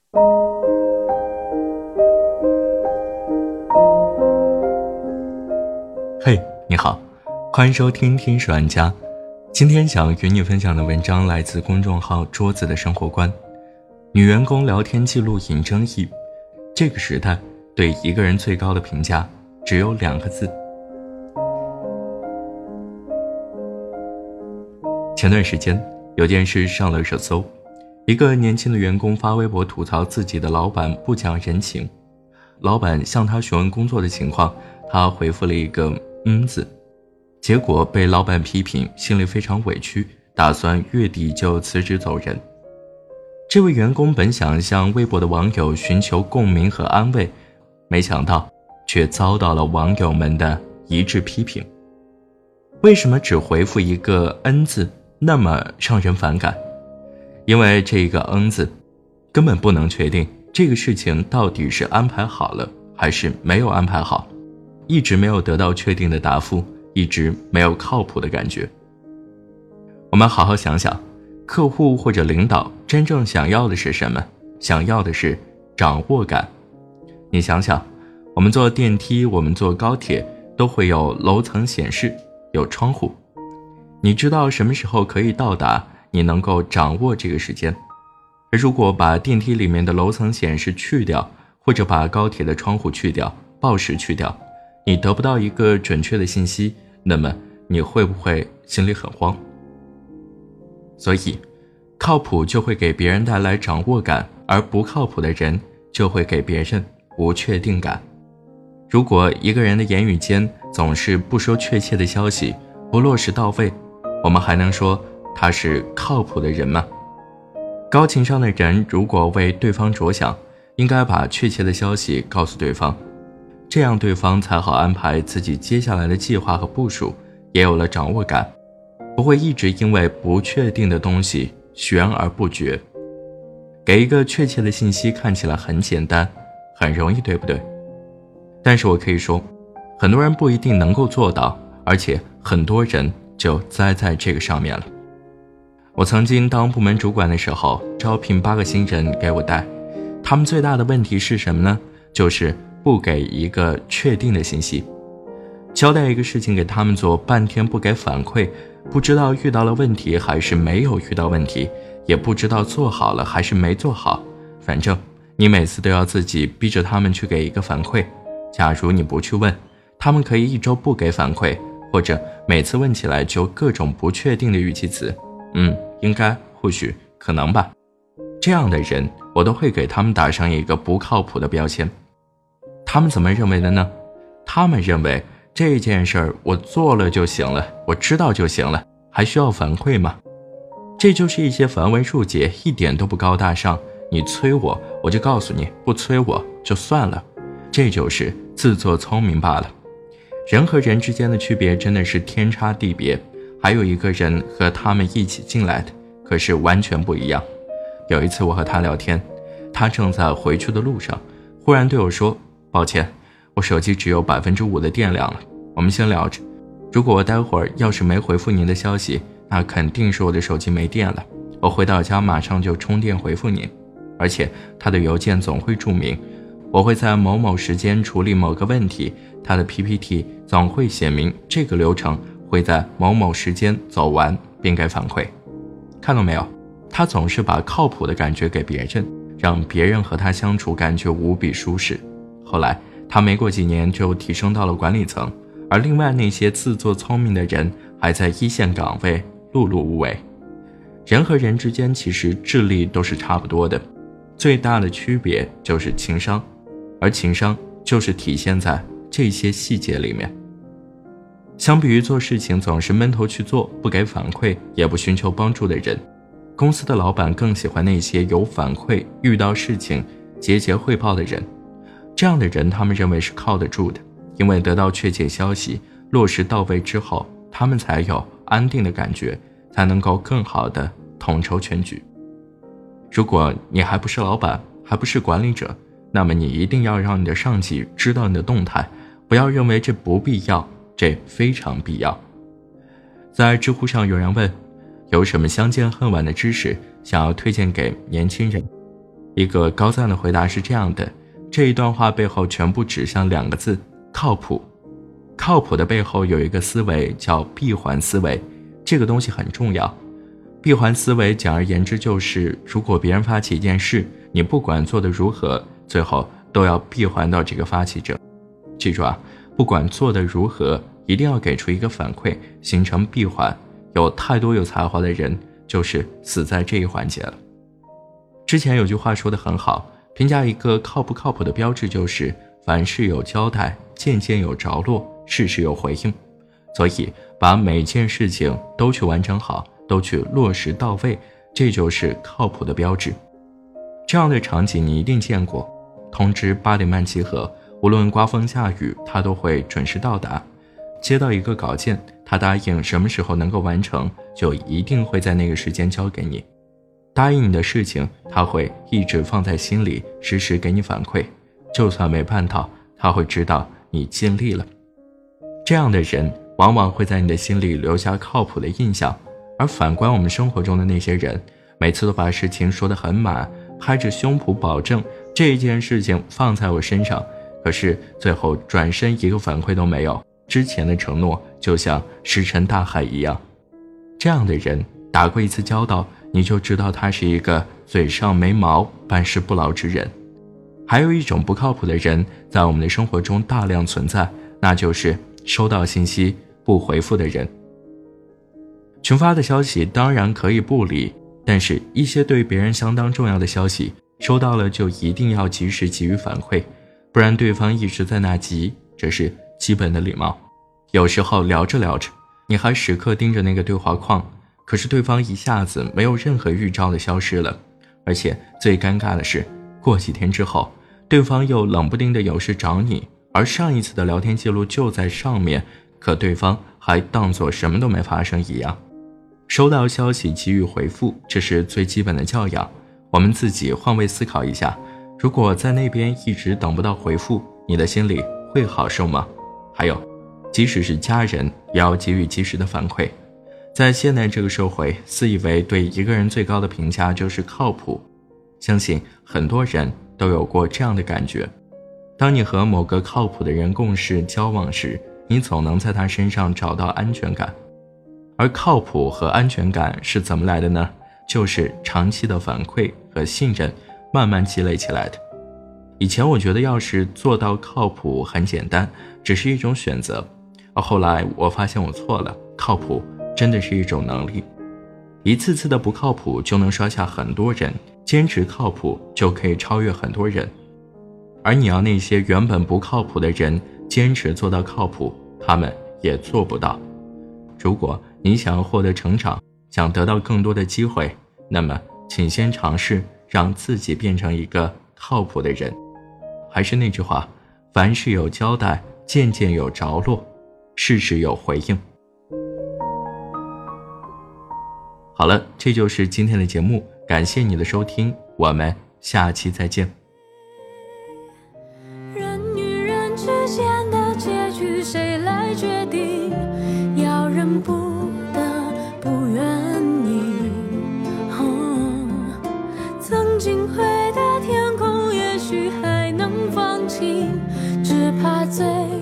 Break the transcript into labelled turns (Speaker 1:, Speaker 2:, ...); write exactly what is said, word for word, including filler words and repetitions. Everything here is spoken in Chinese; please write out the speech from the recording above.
Speaker 1: 嘿，你好，欢迎收听听说玩家。今天想与你分享的文章来自公众号桌子的生活观。女员工聊天记录引争议，这个时代对一个人最高的评价只有两个字。前段时间有件事上了热搜，一个年轻的员工发微博吐槽自己的老板不讲人情。老板向他询问工作的情况，他回复了一个嗯字，结果被老板批评，心里非常委屈，打算月底就辞职走人。这位员工本想向微博的网友寻求共鸣和安慰，没想到却遭到了网友们的一致批评。为什么只回复一个嗯字那么让人反感？因为这个嗯字根本不能确定这个事情到底是安排好了还是没有安排好，一直没有得到确定的答复，一直没有靠谱的感觉。我们好好想想，客户或者领导真正想要的是什么？想要的是掌握感。你想想，我们坐电梯，我们坐高铁，都会有楼层显示，有窗户，你知道什么时候可以到达，你能够掌握这个时间。而如果把电梯里面的楼层显示去掉，或者把高铁的窗户去掉，报时去掉，你得不到一个准确的信息，那么你会不会心里很慌？所以靠谱就会给别人带来掌握感，而不靠谱的人就会给别人不确定感。如果一个人的言语间总是不说确切的消息，不落实到位，我们还能说他是靠谱的人吗？高情商的人如果为对方着想，应该把确切的消息告诉对方，这样对方才好安排自己接下来的计划和部署，也有了掌握感，不会一直因为不确定的东西悬而不决。给一个确切的信息看起来很简单，很容易，对不对？但是我可以说，很多人不一定能够做到，而且很多人就栽在这个上面了。我曾经当部门主管的时候，招聘八个新人给我带，他们最大的问题是什么呢？就是不给一个确定的信息。交代一个事情给他们做，半天不给反馈，不知道遇到了问题还是没有遇到问题，也不知道做好了还是没做好，反正你每次都要自己逼着他们去给一个反馈。假如你不去问，他们可以一周不给反馈，或者每次问起来就各种不确定的语气词，嗯，应该，或许，可能吧。这样的人我都会给他们打上一个不靠谱的标签。他们怎么认为的呢？他们认为这件事儿我做了就行了，我知道就行了，还需要反馈吗？这就是一些繁文缛节，一点都不高大上。你催我，我就告诉你；不催我就算了。这就是自作聪明罢了。人和人之间的区别真的是天差地别。还有一个人和他们一起进来的，可是完全不一样。有一次我和他聊天，他正在回去的路上，忽然对我说，抱歉，我手机只有 百分之五 的电量了，我们先聊着，如果我待会儿要是没回复您的消息，那肯定是我的手机没电了，我回到家马上就充电回复您。而且他的邮件总会注明我会在某某时间处理某个问题，他的 P P T 总会写明这个流程会在某某时间走完并给反馈。看到没有，他总是把靠谱的感觉给别人，让别人和他相处感觉无比舒适。后来他没过几年就提升到了管理层，而另外那些自作聪明的人还在一线岗位碌碌无为。人和人之间其实智力都是差不多的，最大的区别就是情商，而情商就是体现在这些细节里面。相比于做事情总是闷头去做，不给反馈，也不寻求帮助的人，公司的老板更喜欢那些有反馈，遇到事情节节汇报的人。这样的人他们认为是靠得住的，因为得到确切消息落实到位之后，他们才有安定的感觉，才能够更好的统筹全局。如果你还不是老板，还不是管理者，那么你一定要让你的上级知道你的动态，不要认为这不必要，这非常必要。在知乎上有人问，有什么相见恨晚的知识想要推荐给年轻人？ 一个高赞的回答是这样的，这一段话背后全部指向两个字：靠谱。靠谱的背后有一个思维叫闭环思维，这个东西很重要。闭环思维简而言之就是，如果别人发起一件事，你不管做得如何，最后都要闭环到这个发起者。记住啊，不管做得如何，一定要给出一个反馈，形成闭环。有太多有才华的人就是死在这一环节了。之前有句话说得很好，评价一个靠不靠谱的标志就是凡事有交代，件件有着落，事事有回应。所以把每件事情都去完成好，都去落实到位，这就是靠谱的标志。这样的场景你一定见过，通知八点半集合，无论刮风下雨他都会准时到达。接到一个稿件，他答应什么时候能够完成，就一定会在那个时间交给你。答应你的事情他会一直放在心里，时时给你反馈，就算没办到，他会知道你尽力了。这样的人往往会在你的心里留下靠谱的印象。而反观我们生活中的那些人，每次都把事情说得很满，拍着胸脯保证这件事情放在我身上，可是最后转身一个反馈都没有，之前的承诺就像石沉大海一样。这样的人打过一次交道，你就知道他是一个嘴上没毛办事不牢之人。还有一种不靠谱的人在我们的生活中大量存在，那就是收到信息不回复的人。群发的消息当然可以不理，但是一些对别人相当重要的消息收到了就一定要及时给予反馈，不然对方一直在那急，这是基本的礼貌。有时候聊着聊着，你还时刻盯着那个对话框，可是对方一下子没有任何预兆的消失了，而且最尴尬的是，过几天之后，对方又冷不丁的有事找你，而上一次的聊天记录就在上面，可对方还当作什么都没发生一样。收到消息给予回复，这是最基本的教养。我们自己换位思考一下，如果在那边一直等不到回复，你的心里会好受吗？还有，即使是家人也要给予及时的反馈。在现在这个社会，自以为对一个人最高的评价就是靠谱，相信很多人都有过这样的感觉。当你和某个靠谱的人共事交往时，你总能在他身上找到安全感。而靠谱和安全感是怎么来的呢？就是长期的反馈和信任慢慢积累起来的。以前我觉得要是做到靠谱很简单，只是一种选择，而后来我发现我错了，靠谱真的是一种能力。一次次的不靠谱就能刷下很多人，坚持靠谱就可以超越很多人。而你要那些原本不靠谱的人坚持做到靠谱，他们也做不到。如果你想要获得成长，想得到更多的机会，那么请先尝试让自己变成一个靠谱的人。还是那句话，凡事有交代，件件有着落，事事有回应。好了，这就是今天的节目，感谢你的收听，我们下期再见。
Speaker 2: 人与人之间的结局谁来决定？要人不得不愿意、哦、曾经灰的天空也许还能放晴，只怕最